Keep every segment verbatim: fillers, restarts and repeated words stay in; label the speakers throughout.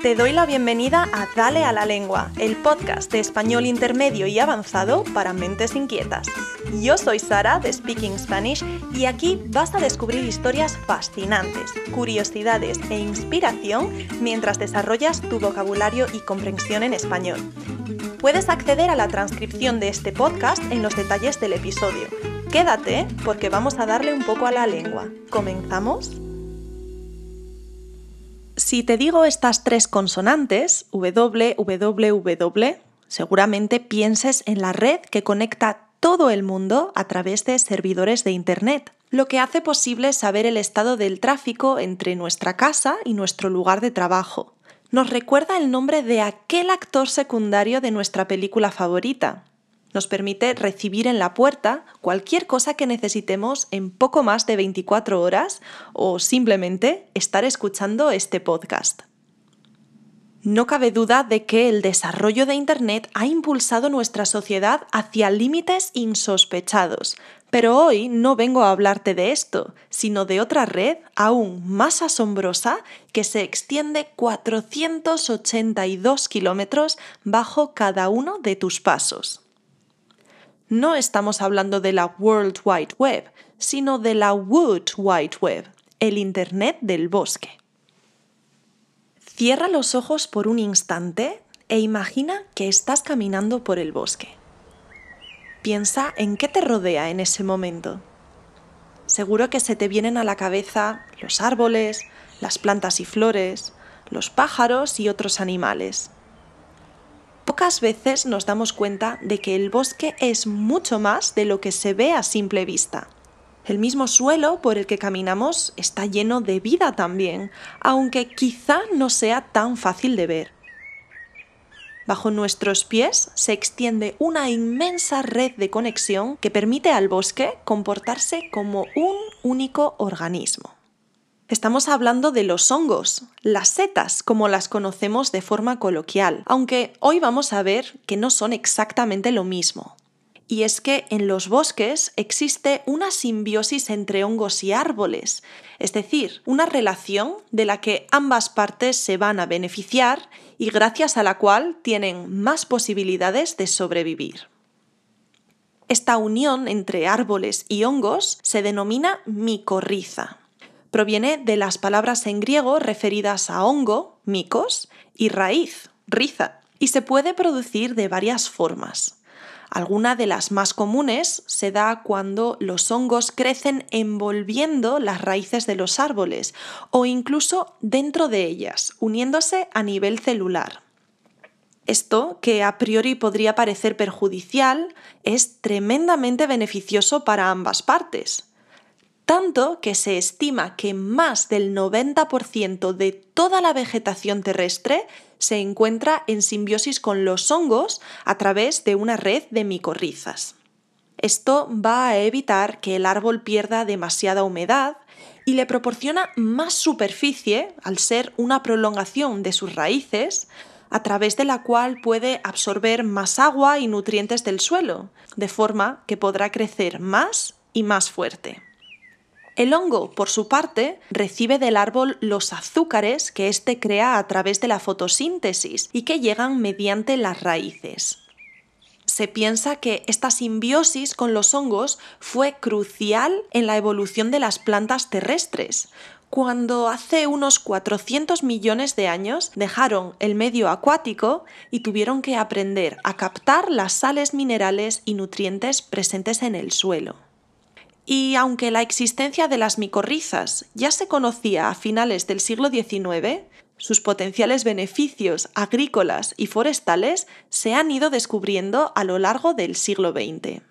Speaker 1: Te doy la bienvenida a Dale a la Lengua, el podcast de español intermedio y avanzado para mentes inquietas. Yo soy Sara de Speaking Spanish y aquí vas a descubrir historias fascinantes, curiosidades e inspiración mientras desarrollas tu vocabulario y comprensión en español. Puedes acceder a la transcripción de este podcast en los detalles del episodio. Quédate porque vamos a darle un poco a la lengua. ¿Comenzamos? Si te digo estas tres consonantes, W, W, W, seguramente pienses en la red que conecta todo el mundo a través de servidores de Internet, lo que hace posible saber el estado del tráfico entre nuestra casa y nuestro lugar de trabajo. Nos recuerda el nombre de aquel actor secundario de nuestra película favorita. Nos permite recibir en la puerta cualquier cosa que necesitemos en poco más de veinticuatro horas o simplemente estar escuchando este podcast. No cabe duda de que el desarrollo de Internet ha impulsado nuestra sociedad hacia límites insospechados, pero hoy no vengo a hablarte de esto, sino de otra red aún más asombrosa que se extiende cuatrocientos ochenta y dos kilómetros bajo cada uno de tus pasos. No estamos hablando de la World Wide Web, sino de la Wood Wide Web, el Internet del bosque. Cierra los ojos por un instante e imagina que estás caminando por el bosque. Piensa en qué te rodea en ese momento. Seguro que se te vienen a la cabeza los árboles, las plantas y flores, los pájaros y otros animales. Pocas veces nos damos cuenta de que el bosque es mucho más de lo que se ve a simple vista. El mismo suelo por el que caminamos está lleno de vida también, aunque quizá no sea tan fácil de ver. Bajo nuestros pies se extiende una inmensa red de conexión que permite al bosque comportarse como un único organismo. Estamos hablando de los hongos, las setas, como las conocemos de forma coloquial, aunque hoy vamos a ver que no son exactamente lo mismo. Y es que en los bosques existe una simbiosis entre hongos y árboles, es decir, una relación de la que ambas partes se van a beneficiar y gracias a la cual tienen más posibilidades de sobrevivir. Esta unión entre árboles y hongos se denomina micorriza. Proviene de las palabras en griego referidas a hongo, micos, y raíz, riza, y se puede producir de varias formas. Alguna de las más comunes se da cuando los hongos crecen envolviendo las raíces de los árboles o incluso dentro de ellas, uniéndose a nivel celular. Esto, que a priori podría parecer perjudicial, es tremendamente beneficioso para ambas partes. Tanto que se estima que más del noventa por ciento de toda la vegetación terrestre se encuentra en simbiosis con los hongos a través de una red de micorrizas. Esto va a evitar que el árbol pierda demasiada humedad y le proporciona más superficie al ser una prolongación de sus raíces, a través de la cual puede absorber más agua y nutrientes del suelo, de forma que podrá crecer más y más fuerte. El hongo, por su parte, recibe del árbol los azúcares que éste crea a través de la fotosíntesis y que llegan mediante las raíces. Se piensa que esta simbiosis con los hongos fue crucial en la evolución de las plantas terrestres, cuando hace unos cuatrocientos millones de años dejaron el medio acuático y tuvieron que aprender a captar las sales minerales y nutrientes presentes en el suelo. Y aunque la existencia de las micorrizas ya se conocía a finales del siglo diecinueve, sus potenciales beneficios agrícolas y forestales se han ido descubriendo a lo largo del siglo veinte.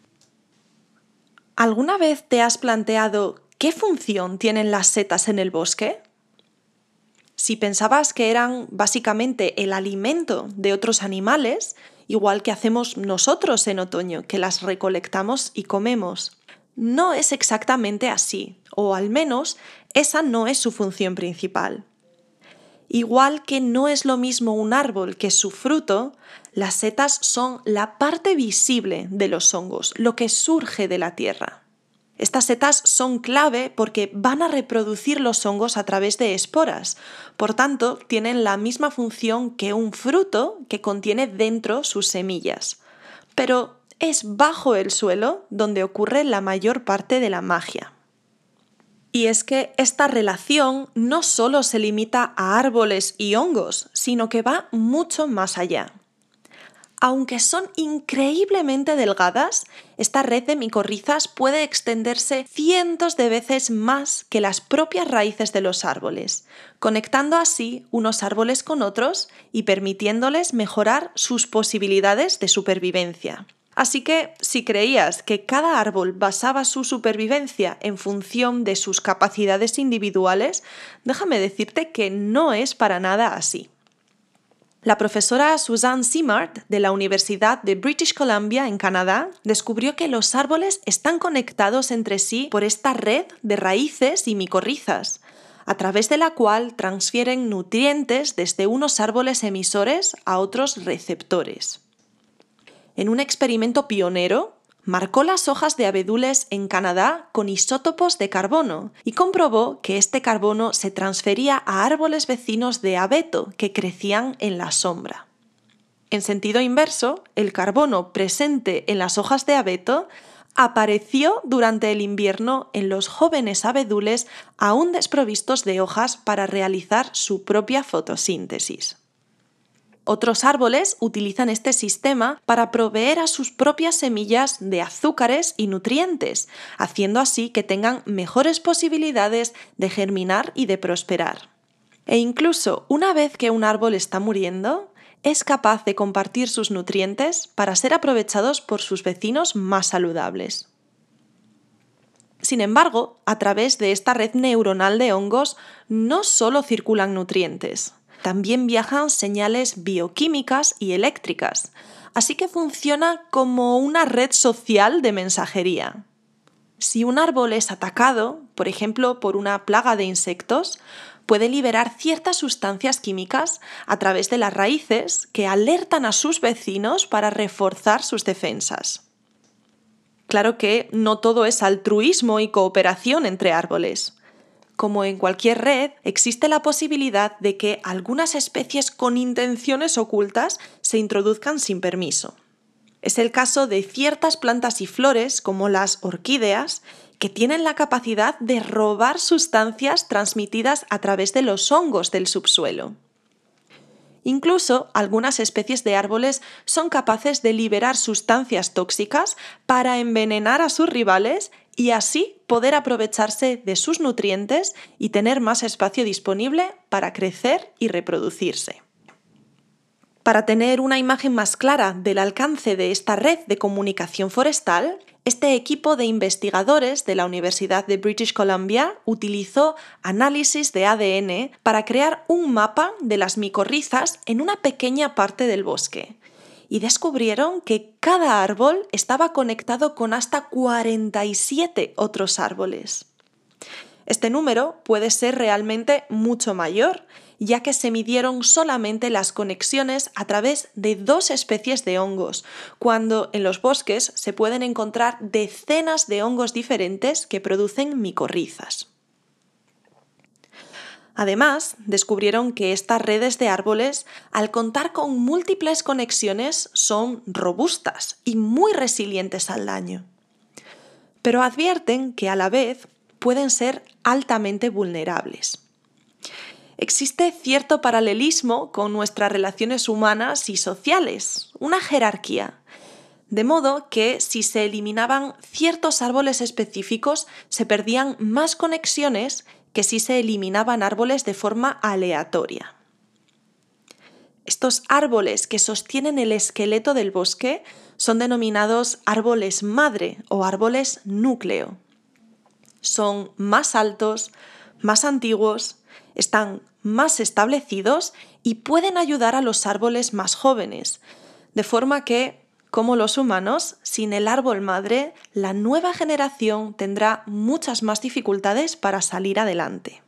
Speaker 1: ¿Alguna vez te has planteado qué función tienen las setas en el bosque? Si pensabas que eran básicamente el alimento de otros animales, igual que hacemos nosotros en otoño, que las recolectamos y comemos, no es exactamente así, o al menos esa no es su función principal. Igual que no es lo mismo un árbol que su fruto, las setas son la parte visible de los hongos, lo que surge de la tierra. Estas setas son clave porque van a reproducir los hongos a través de esporas. Por tanto, tienen la misma función que un fruto que contiene dentro sus semillas. Pero es bajo el suelo donde ocurre la mayor parte de la magia. Y es que esta relación no solo se limita a árboles y hongos, sino que va mucho más allá. Aunque son increíblemente delgadas, esta red de micorrizas puede extenderse cientos de veces más que las propias raíces de los árboles, conectando así unos árboles con otros y permitiéndoles mejorar sus posibilidades de supervivencia. Así que, si creías que cada árbol basaba su supervivencia en función de sus capacidades individuales, déjame decirte que no es para nada así. La profesora Suzanne Simard, de la Universidad de British Columbia en Canadá, descubrió que los árboles están conectados entre sí por esta red de raíces y micorrizas, a través de la cual transfieren nutrientes desde unos árboles emisores a otros receptores. En un experimento pionero, marcó las hojas de abedules en Canadá con isótopos de carbono y comprobó que este carbono se transfería a árboles vecinos de abeto que crecían en la sombra. En sentido inverso, el carbono presente en las hojas de abeto apareció durante el invierno en los jóvenes abedules aún desprovistos de hojas para realizar su propia fotosíntesis. Otros árboles utilizan este sistema para proveer a sus propias semillas de azúcares y nutrientes, haciendo así que tengan mejores posibilidades de germinar y de prosperar. E incluso una vez que un árbol está muriendo, es capaz de compartir sus nutrientes para ser aprovechados por sus vecinos más saludables. Sin embargo, a través de esta red neuronal de hongos no solo circulan nutrientes. También viajan señales bioquímicas y eléctricas, así que funciona como una red social de mensajería. Si un árbol es atacado, por ejemplo, por una plaga de insectos, puede liberar ciertas sustancias químicas a través de las raíces que alertan a sus vecinos para reforzar sus defensas. Claro que no todo es altruismo y cooperación entre árboles. Como en cualquier red, existe la posibilidad de que algunas especies con intenciones ocultas se introduzcan sin permiso. Es el caso de ciertas plantas y flores, como las orquídeas, que tienen la capacidad de robar sustancias transmitidas a través de los hongos del subsuelo. Incluso algunas especies de árboles son capaces de liberar sustancias tóxicas para envenenar a sus rivales y así poder aprovecharse de sus nutrientes y tener más espacio disponible para crecer y reproducirse. Para tener una imagen más clara del alcance de esta red de comunicación forestal, este equipo de investigadores de la Universidad de British Columbia utilizó análisis de A D N para crear un mapa de las micorrizas en una pequeña parte del bosque. Y descubrieron que cada árbol estaba conectado con hasta cuarenta y siete otros árboles. Este número puede ser realmente mucho mayor, ya que se midieron solamente las conexiones a través de dos especies de hongos, cuando en los bosques se pueden encontrar decenas de hongos diferentes que producen micorrizas. Además, descubrieron que estas redes de árboles, al contar con múltiples conexiones, son robustas y muy resilientes al daño. Pero advierten que a la vez pueden ser altamente vulnerables. Existe cierto paralelismo con nuestras relaciones humanas y sociales, una jerarquía. De modo que si se eliminaban ciertos árboles específicos, se perdían más conexiones que si se eliminaban árboles de forma aleatoria. Estos árboles que sostienen el esqueleto del bosque son denominados árboles madre o árboles núcleo. Son más altos, más antiguos, están más establecidos y pueden ayudar a los árboles más jóvenes, de forma que, como los humanos, sin el árbol madre, la nueva generación tendrá muchas más dificultades para salir adelante.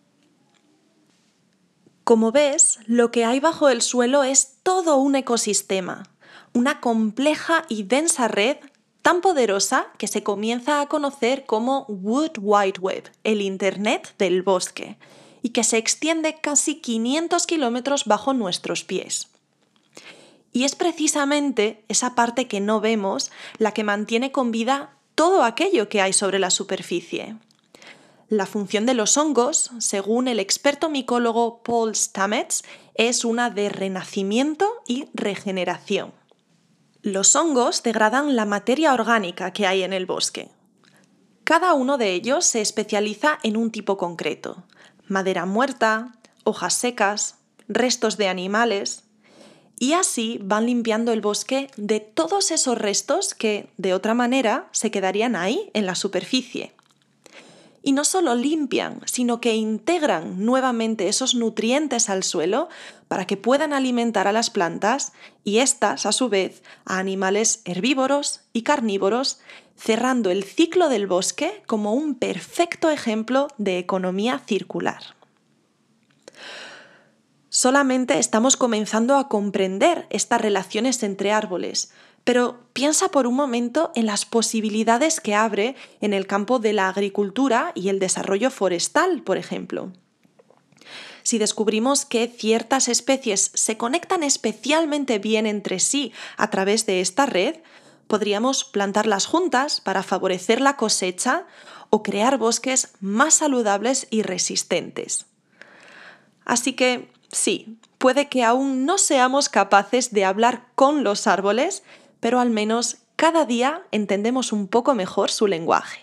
Speaker 1: Como ves, lo que hay bajo el suelo es todo un ecosistema, una compleja y densa red tan poderosa que se comienza a conocer como Wood Wide Web, el Internet del bosque, y que se extiende casi quinientos kilómetros bajo nuestros pies. Y es precisamente esa parte que no vemos la que mantiene con vida todo aquello que hay sobre la superficie. La función de los hongos, según el experto micólogo Paul Stamets, es una de renacimiento y regeneración. Los hongos degradan la materia orgánica que hay en el bosque. Cada uno de ellos se especializa en un tipo concreto: madera muerta, hojas secas, restos de animales, y así van limpiando el bosque de todos esos restos que, de otra manera, se quedarían ahí, en la superficie. Y no solo limpian, sino que integran nuevamente esos nutrientes al suelo para que puedan alimentar a las plantas y éstas, a su vez, a animales herbívoros y carnívoros, cerrando el ciclo del bosque como un perfecto ejemplo de economía circular. Solamente estamos comenzando a comprender estas relaciones entre árboles, pero piensa por un momento en las posibilidades que abre en el campo de la agricultura y el desarrollo forestal, por ejemplo. Si descubrimos que ciertas especies se conectan especialmente bien entre sí a través de esta red, podríamos plantarlas juntas para favorecer la cosecha o crear bosques más saludables y resistentes. Así que, sí, puede que aún no seamos capaces de hablar con los árboles, pero al menos cada día entendemos un poco mejor su lenguaje.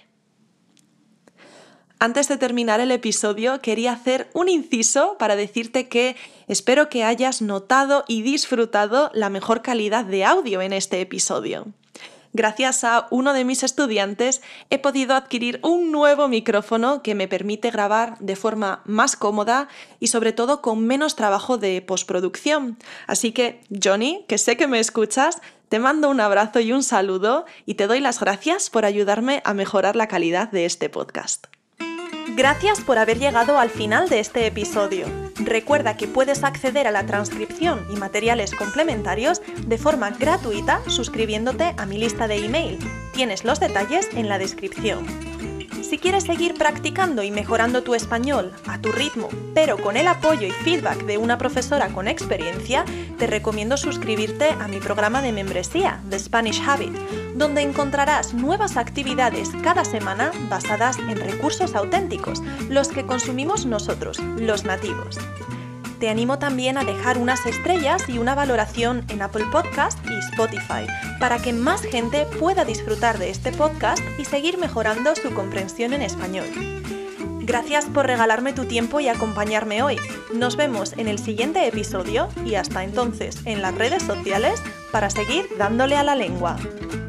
Speaker 1: Antes de terminar el episodio, quería hacer un inciso para decirte que espero que hayas notado y disfrutado la mejor calidad de audio en este episodio. Gracias a uno de mis estudiantes he podido adquirir un nuevo micrófono que me permite grabar de forma más cómoda y sobre todo con menos trabajo de postproducción. Así que, Johnny, que sé que me escuchas, te mando un abrazo y un saludo y te doy las gracias por ayudarme a mejorar la calidad de este podcast. Gracias por haber llegado al final de este episodio. Recuerda que puedes acceder a la transcripción y materiales complementarios de forma gratuita suscribiéndote a mi lista de email. Tienes los detalles en la descripción. Si quieres seguir practicando y mejorando tu español a tu ritmo, pero con el apoyo y feedback de una profesora con experiencia, te recomiendo suscribirte a mi programa de membresía, The Spanish Habit, donde encontrarás nuevas actividades cada semana basadas en recursos auténticos, los que consumimos nosotros, los nativos. Te animo también a dejar unas estrellas y una valoración en Apple Podcast y Spotify, para que más gente pueda disfrutar de este podcast y seguir mejorando su comprensión en español. Gracias por regalarme tu tiempo y acompañarme hoy. Nos vemos en el siguiente episodio y hasta entonces en las redes sociales para seguir dándole a la lengua.